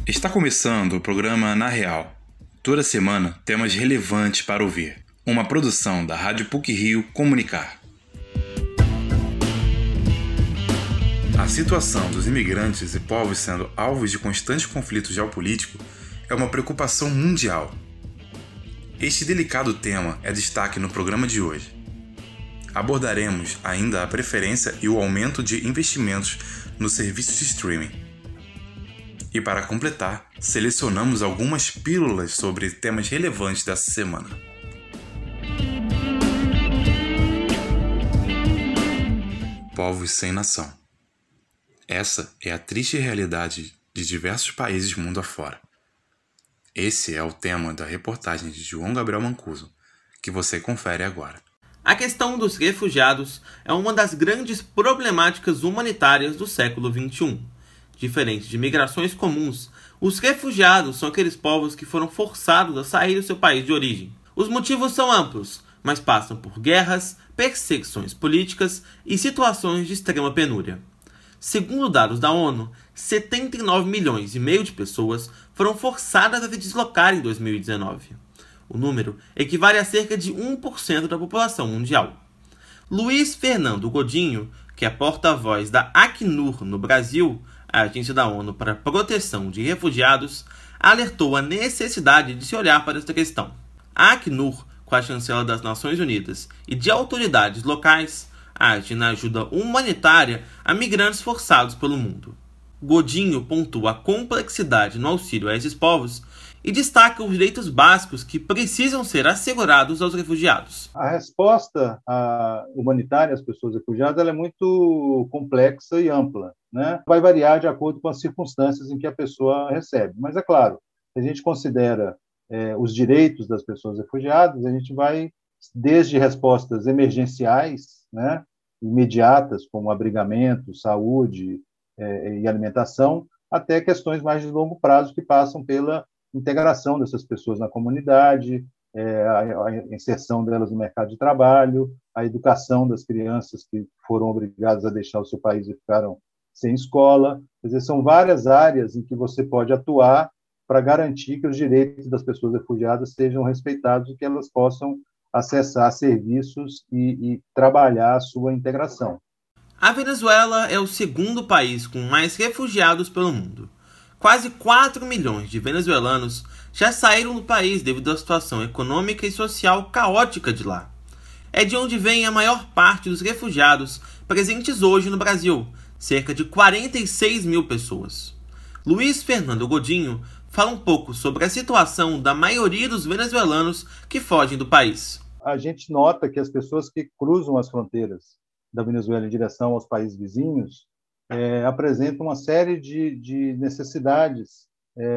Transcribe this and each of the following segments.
Está começando o programa Na Real. Toda semana, temas relevantes para ouvir. Uma produção da Rádio PUC-Rio Comunicar. A situação dos imigrantes e povos sendo alvos de constante conflito geopolítico é uma preocupação mundial. Este delicado tema é destaque no programa de hoje. Abordaremos ainda a preferência e o aumento de investimentos nos serviços de streaming. E para completar, selecionamos algumas pílulas sobre temas relevantes dessa semana. Povos sem nação. Essa é a triste realidade de diversos países mundo afora. Esse é o tema da reportagem de João Gabriel Mancuso, que você confere agora. A questão dos refugiados é uma das grandes problemáticas humanitárias do século XXI. Diferente de migrações comuns, os refugiados são aqueles povos que foram forçados a sair do seu país de origem. Os motivos são amplos, mas passam por guerras, perseguições políticas e situações de extrema penúria. Segundo dados da ONU, 79 milhões e meio de pessoas foram forçadas a se deslocar em 2019. O número equivale a cerca de 1% da população mundial. Luiz Fernando Godinho, que é porta-voz da Acnur no Brasil, a Agência da ONU para a Proteção de Refugiados, alertou a necessidade de se olhar para esta questão. A Acnur, com a chancela das Nações Unidas e de autoridades locais, age na ajuda humanitária a migrantes forçados pelo mundo. Godinho pontua a complexidade no auxílio a esses povos e destaca os direitos básicos que precisam ser assegurados aos refugiados. A resposta humanitária às pessoas refugiadas ela é muito complexa e ampla, né? Vai variar de acordo com as circunstâncias em que a pessoa recebe. Mas, é claro, se a gente considera os direitos das pessoas refugiadas, a gente vai desde respostas emergenciais, né, imediatas, como abrigamento, saúde e alimentação, até questões mais de longo prazo que passam pela integração dessas pessoas na comunidade, a inserção delas no mercado de trabalho, a educação das crianças que foram obrigadas a deixar o seu país e ficaram sem escola. Quer dizer, são várias áreas em que você pode atuar para garantir que os direitos das pessoas refugiadas sejam respeitados e que elas possam acessar serviços e trabalhar a sua integração. A Venezuela é o segundo país com mais refugiados pelo mundo. Quase 4 milhões de venezuelanos já saíram do país devido à situação econômica e social caótica de lá. É de onde vem a maior parte dos refugiados presentes hoje no Brasil, cerca de 46 mil pessoas. Luiz Fernando Godinho fala um pouco sobre a situação da maioria dos venezuelanos que fogem do país. A gente nota que as pessoas que cruzam as fronteiras da Venezuela em direção aos países vizinhos apresentam uma série de necessidades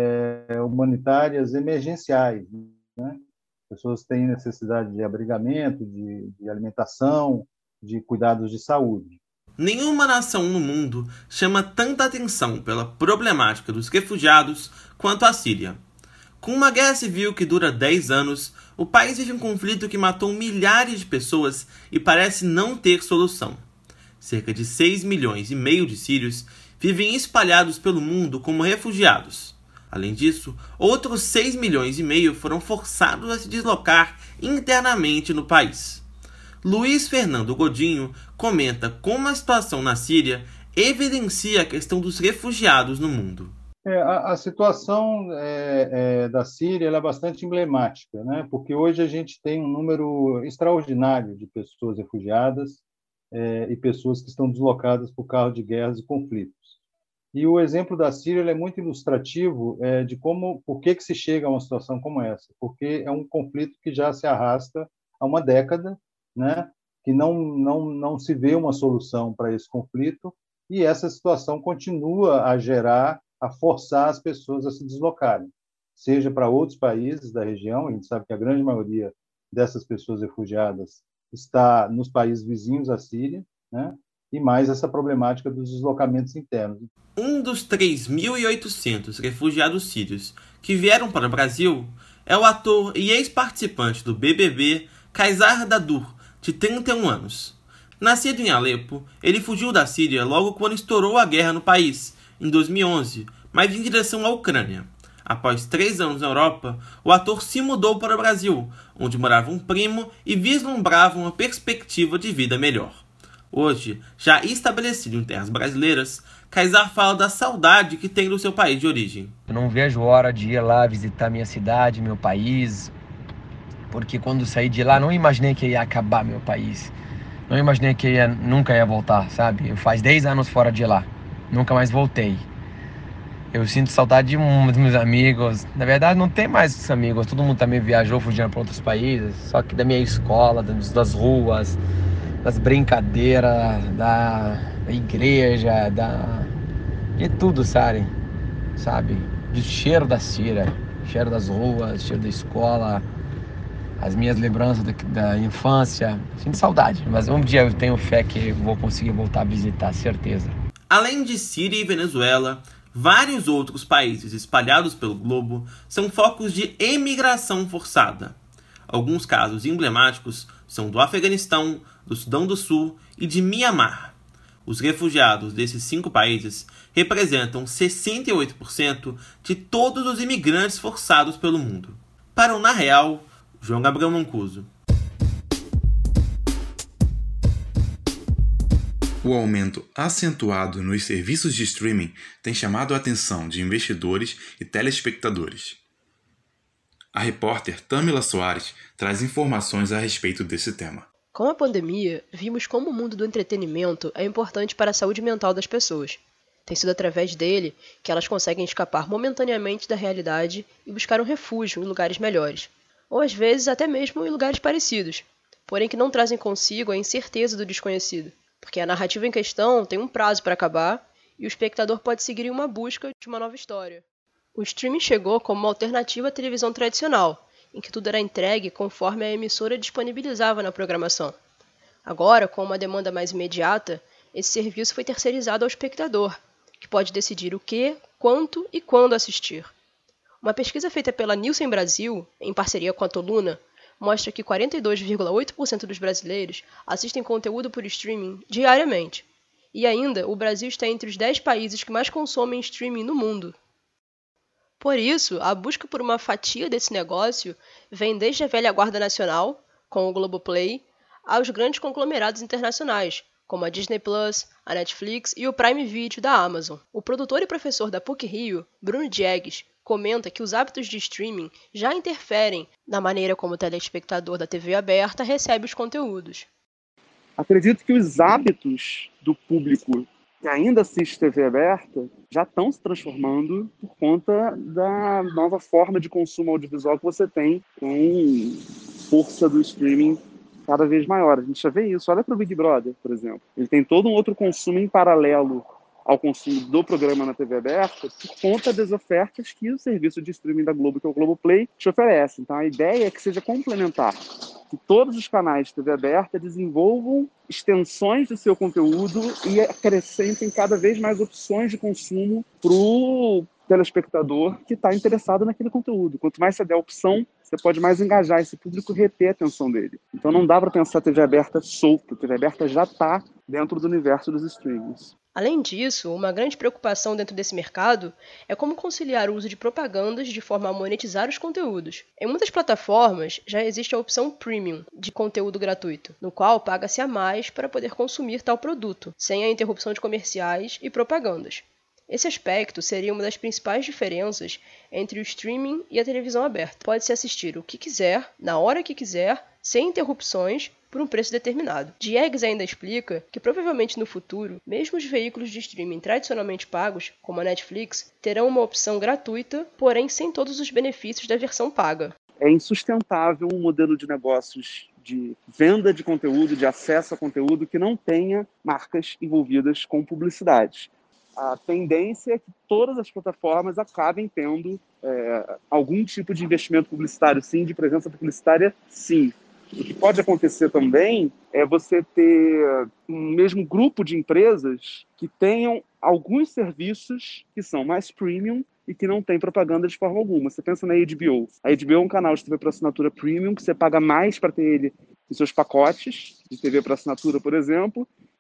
humanitárias emergenciais, né? Pessoas têm necessidade de abrigamento, de alimentação, de cuidados de saúde. Nenhuma nação no mundo chama tanta atenção pela problemática dos refugiados quanto a Síria. Com uma guerra civil que dura 10 anos, o país vive um conflito que matou milhares de pessoas e parece não ter solução. Cerca de 6 milhões e meio de sírios vivem espalhados pelo mundo como refugiados. Além disso, outros 6 milhões e meio foram forçados a se deslocar internamente no país. Luiz Fernando Godinho comenta como a situação na Síria evidencia a questão dos refugiados no mundo. A situação da Síria ela é bastante emblemática, né? Porque hoje a gente tem um número extraordinário de pessoas refugiadas e pessoas que estão deslocadas por causa de guerras e conflitos. E o exemplo da Síria ele é muito ilustrativo de por que se chega a uma situação como essa. Porque é um conflito que já se arrasta há uma década, né? Que não se vê uma solução para esse conflito e essa situação continua a forçar as pessoas a se deslocarem, seja para outros países da região. A gente sabe que a grande maioria dessas pessoas refugiadas está nos países vizinhos à Síria, né? E mais essa problemática dos deslocamentos internos. Um dos 3.800 refugiados sírios que vieram para o Brasil é o ator e ex-participante do BBB, Kaysar Dadur, de 31 anos. Nascido em Alepo, ele fugiu da Síria logo quando estourou a guerra no país, em 2011, mas em direção à Ucrânia. Após 3 anos na Europa, o ator se mudou para o Brasil, onde morava um primo e vislumbrava uma perspectiva de vida melhor. Hoje, já estabelecido em terras brasileiras, Kaysar fala da saudade que tem do seu país de origem. Eu não vejo hora de ir lá visitar minha cidade, meu país, porque quando saí de lá não imaginei que ia acabar meu país. Não imaginei que nunca ia voltar, sabe? Eu faz 10 anos fora de lá, nunca mais voltei. Eu sinto saudade de dos meus amigos. Na verdade, não tem mais esses amigos. Todo mundo também viajou, fugindo para outros países. Só que da minha escola, das ruas, das brincadeiras, da igreja, de tudo, sabe? Do cheiro da cera, cheiro das ruas, cheiro da escola, as minhas lembranças da infância. Sinto saudade, mas um dia eu tenho fé que vou conseguir voltar a visitar, certeza. Além de Síria e Venezuela, vários outros países espalhados pelo globo são focos de emigração forçada. Alguns casos emblemáticos são do Afeganistão, do Sudão do Sul e de Mianmar. Os refugiados desses 5 países representam 68% de todos os imigrantes forçados pelo mundo. Para o Na Real, João Gabriel Mancuso. O aumento acentuado nos serviços de streaming tem chamado a atenção de investidores e telespectadores. A repórter Tamila Soares traz informações a respeito desse tema. Com a pandemia, vimos como o mundo do entretenimento é importante para a saúde mental das pessoas. Tem sido através dele que elas conseguem escapar momentaneamente da realidade e buscar um refúgio em lugares melhores, ou às vezes até mesmo em lugares parecidos, porém que não trazem consigo a incerteza do desconhecido, porque a narrativa em questão tem um prazo para acabar e o espectador pode seguir em uma busca de uma nova história. O streaming chegou como uma alternativa à televisão tradicional, em que tudo era entregue conforme a emissora disponibilizava na programação. Agora, com uma demanda mais imediata, esse serviço foi terceirizado ao espectador, que pode decidir o que, quanto e quando assistir. Uma pesquisa feita pela Nielsen Brasil, em parceria com a Toluna, mostra que 42,8% dos brasileiros assistem conteúdo por streaming diariamente. E ainda, o Brasil está entre os 10 países que mais consomem streaming no mundo. Por isso, a busca por uma fatia desse negócio vem desde a velha guarda nacional, com o Globoplay, aos grandes conglomerados internacionais, como a Disney+, a Netflix e o Prime Video da Amazon. O produtor e professor da PUC-Rio, Bruno Diegues, comenta que os hábitos de streaming já interferem na maneira como o telespectador da TV aberta recebe os conteúdos. Acredito que os hábitos do público que ainda assiste TV aberta já estão se transformando por conta da nova forma de consumo audiovisual que você tem com força do streaming cada vez maior. A gente já vê isso. Olha para o Big Brother, por exemplo. Ele tem todo um outro consumo em paralelo ao consumo do programa na TV aberta por conta das ofertas que o serviço de streaming da Globo, que é o Globoplay, te oferece. Então a ideia é que seja complementar, que todos os canais de TV aberta desenvolvam extensões do seu conteúdo e acrescentem cada vez mais opções de consumo para o telespectador que está interessado naquele conteúdo. Quanto mais você der opção, você pode mais engajar esse público e reter a atenção dele. Então não dá para pensar a TV aberta solta. A TV aberta já está dentro do universo dos streamings. Além disso, uma grande preocupação dentro desse mercado é como conciliar o uso de propagandas de forma a monetizar os conteúdos. Em muitas plataformas já existe a opção Premium de conteúdo gratuito, no qual paga-se a mais para poder consumir tal produto, sem a interrupção de comerciais e propagandas. Esse aspecto seria uma das principais diferenças entre o streaming e a televisão aberta. Pode-se assistir o que quiser, na hora que quiser, sem interrupções, por um preço determinado. Diegues ainda explica que provavelmente no futuro, mesmo os veículos de streaming tradicionalmente pagos, como a Netflix, terão uma opção gratuita, porém sem todos os benefícios da versão paga. É insustentável um modelo de negócios de venda de conteúdo, de acesso a conteúdo que não tenha marcas envolvidas com publicidade. A tendência é que todas as plataformas acabem tendo algum tipo de investimento publicitário, sim, de presença publicitária, sim. O que pode acontecer também é você ter um mesmo grupo de empresas que tenham alguns serviços que são mais premium e que não tem propaganda de forma alguma. Você pensa na HBO. A HBO é um canal de TV por assinatura premium, que você paga mais para ter ele em seus pacotes de TV por assinatura, por exemplo,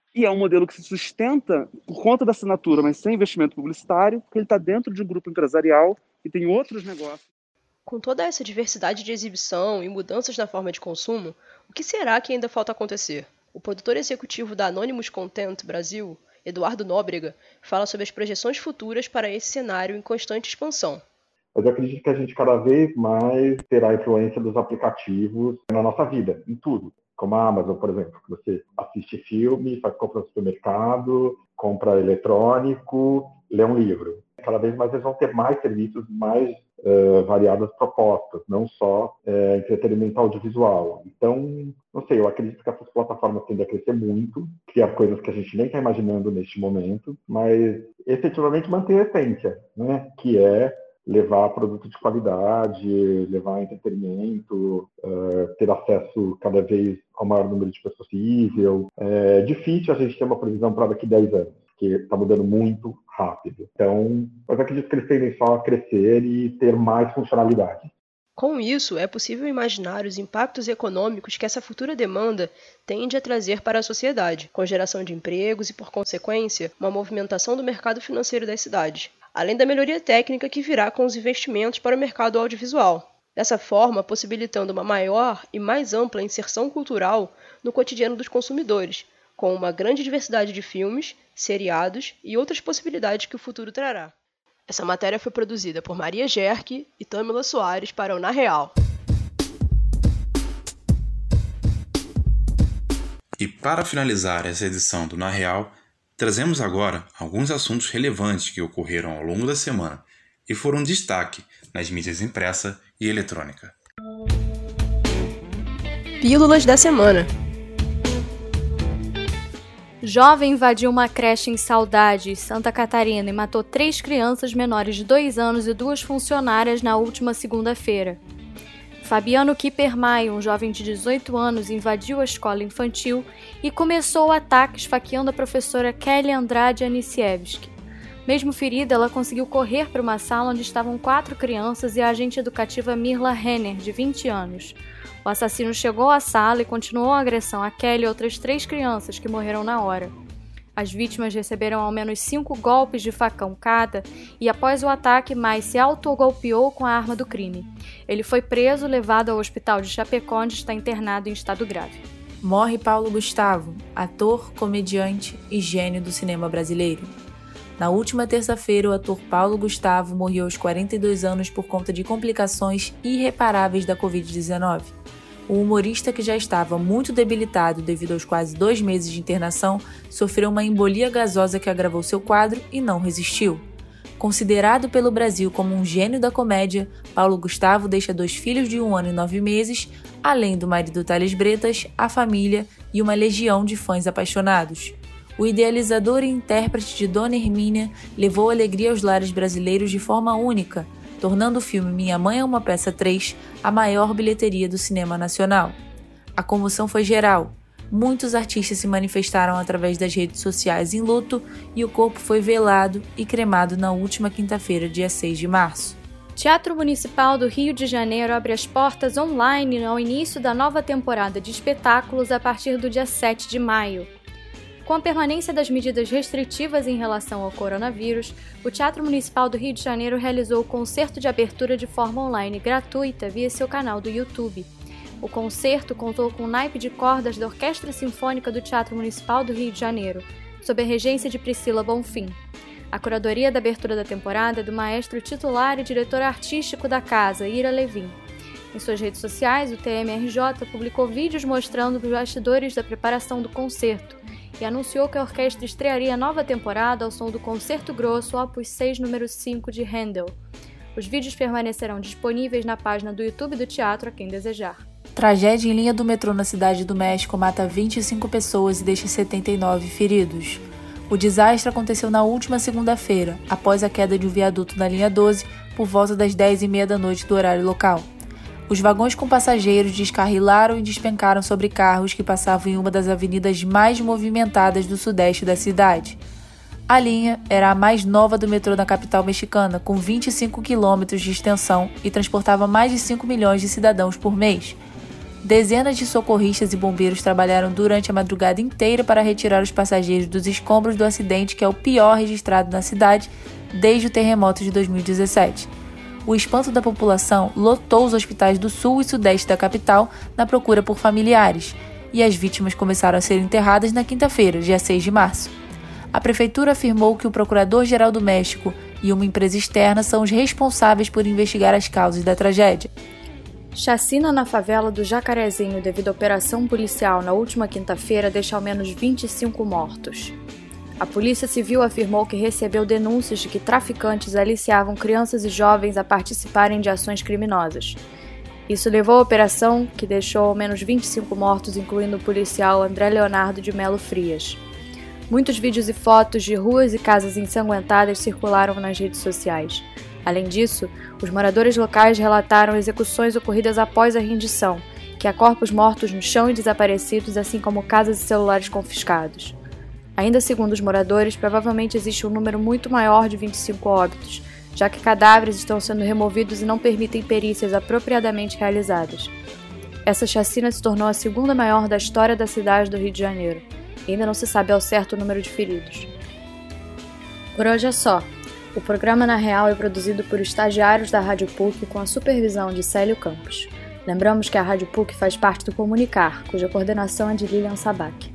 E é um modelo que se sustenta por conta da assinatura, mas sem investimento publicitário, porque ele está dentro de um grupo empresarial que tem outros negócios. Com toda essa diversidade de exibição e mudanças na forma de consumo, o que será que ainda falta acontecer? O produtor executivo da Anonymous Content Brasil, Eduardo Nóbrega, fala sobre as projeções futuras para esse cenário em constante expansão. Mas eu acredito que a gente cada vez mais terá a influência dos aplicativos na nossa vida, em tudo. Como a Amazon, por exemplo, que você assiste filme, faz compra no supermercado, compra eletrônico, lê um livro. Cada vez mais eles vão ter mais serviços, mais variadas propostas, não só entretenimento audiovisual. Então, não sei, eu acredito que essas plataformas tendem a crescer muito, criar coisas que a gente nem está imaginando neste momento, mas efetivamente manter a essência, né? Que é levar produto de qualidade, levar entretenimento, ter acesso cada vez ao maior número de pessoas possível. É difícil a gente ter uma previsão para daqui a 10 anos, que está mudando muito rápido. Então, eu acredito que eles tendem só a crescer e ter mais funcionalidade. Com isso, é possível imaginar os impactos econômicos que essa futura demanda tende a trazer para a sociedade, com geração de empregos e, por consequência, uma movimentação do mercado financeiro das cidades, além da melhoria técnica que virá com os investimentos para o mercado audiovisual. Dessa forma, possibilitando uma maior e mais ampla inserção cultural no cotidiano dos consumidores, com uma grande diversidade de filmes, seriados e outras possibilidades que o futuro trará. Essa matéria foi produzida por Maria Gerke e Tâmila Soares para o Na Real. E para finalizar essa edição do Na Real, trazemos agora alguns assuntos relevantes que ocorreram ao longo da semana e foram destaque nas mídias impressa e eletrônica. Pílulas da semana. Jovem invadiu uma creche em Saudade, Santa Catarina, e matou 3 crianças menores de 2 anos e 2 funcionárias na última segunda-feira. Fabiano Kippermayer, um jovem de 18 anos, invadiu a escola infantil e começou o ataque esfaqueando a professora Kelly Andrade Anisiewski. Mesmo ferida, ela conseguiu correr para uma sala onde estavam 4 crianças e a agente educativa Mirla Renner, de 20 anos. O assassino chegou à sala e continuou a agressão a Kelly e outras 3 crianças que morreram na hora. As vítimas receberam ao menos 5 golpes de facão cada e, após o ataque, Mais se autogolpeou com a arma do crime. Ele foi preso, levado ao hospital de Chapecó, onde está internado em estado grave. Morre Paulo Gustavo, ator, comediante e gênio do cinema brasileiro. Na última terça-feira, o ator Paulo Gustavo morreu aos 42 anos por conta de complicações irreparáveis da Covid-19. O humorista, que já estava muito debilitado devido aos quase 2 meses de internação, sofreu uma embolia gasosa que agravou seu quadro e não resistiu. Considerado pelo Brasil como um gênio da comédia, Paulo Gustavo deixa 2 filhos de 1 ano e 9 meses, além do marido Thales Bretas, a família e uma legião de fãs apaixonados. O idealizador e intérprete de Dona Hermínia levou alegria aos lares brasileiros de forma única, tornando o filme Minha Mãe é uma Peça 3 a maior bilheteria do cinema nacional. A comoção foi geral. Muitos artistas se manifestaram através das redes sociais em luto e o corpo foi velado e cremado na última quinta-feira, dia 6 de março. Teatro Municipal do Rio de Janeiro abre as portas online ao início da nova temporada de espetáculos a partir do dia 7 de maio. Com a permanência das medidas restritivas em relação ao coronavírus, o Teatro Municipal do Rio de Janeiro realizou o concerto de abertura de forma online gratuita via seu canal do YouTube. O concerto contou com o naipe de cordas da Orquestra Sinfônica do Teatro Municipal do Rio de Janeiro, sob a regência de Priscila Bonfim. A curadoria da abertura da temporada é do maestro titular e diretor artístico da casa, Ira Levin. Em suas redes sociais, o TMRJ publicou vídeos mostrando os bastidores da preparação do concerto e anunciou que a orquestra estrearia a nova temporada ao som do Concerto Grosso Opus 6 número 5 de Handel. Os vídeos permanecerão disponíveis na página do YouTube do teatro a quem desejar. Tragédia em linha do metrô na Cidade do México mata 25 pessoas e deixa 79 feridos. O desastre aconteceu na última segunda-feira, após a queda de um viaduto na linha 12, por volta das 10h30 da noite do horário local. Os vagões com passageiros descarrilaram e despencaram sobre carros que passavam em uma das avenidas mais movimentadas do sudeste da cidade. A linha era a mais nova do metrô na capital mexicana, com 25 quilômetros de extensão e transportava mais de 5 milhões de cidadãos por mês. dezenas de socorristas e bombeiros trabalharam durante a madrugada inteira para retirar os passageiros dos escombros do acidente, que é o pior registrado na cidade desde o terremoto de 2017. O espanto da população lotou os hospitais do sul e sudeste da capital na procura por familiares, e as vítimas começaram a ser enterradas na quinta-feira, dia 6 de março. A prefeitura afirmou que o Procurador-Geral do México e uma empresa externa são os responsáveis por investigar as causas da tragédia. Chacina na favela do Jacarezinho devido à operação policial na última quinta-feira deixa ao menos 25 mortos. A Polícia Civil afirmou que recebeu denúncias de que traficantes aliciavam crianças e jovens a participarem de ações criminosas. Isso levou à operação, que deixou ao menos 25 mortos, incluindo o policial André Leonardo de Melo Frias. Muitos vídeos e fotos de ruas e casas ensanguentadas circularam nas redes sociais. Além disso, os moradores locais relataram execuções ocorridas após a rendição, que há corpos mortos no chão e desaparecidos, assim como casas e celulares confiscados. Ainda segundo os moradores, provavelmente existe um número muito maior de 25 óbitos, já que cadáveres estão sendo removidos e não permitem perícias apropriadamente realizadas. Essa chacina se tornou a segunda maior da história da cidade do Rio de Janeiro, e ainda não se sabe ao certo o número de feridos. Por hoje é só. O programa Na Real é produzido por estagiários da Rádio PUC com a supervisão de Célio Campos. Lembramos que a Rádio PUC faz parte do Comunicar, cuja coordenação é de Lilian Sabac.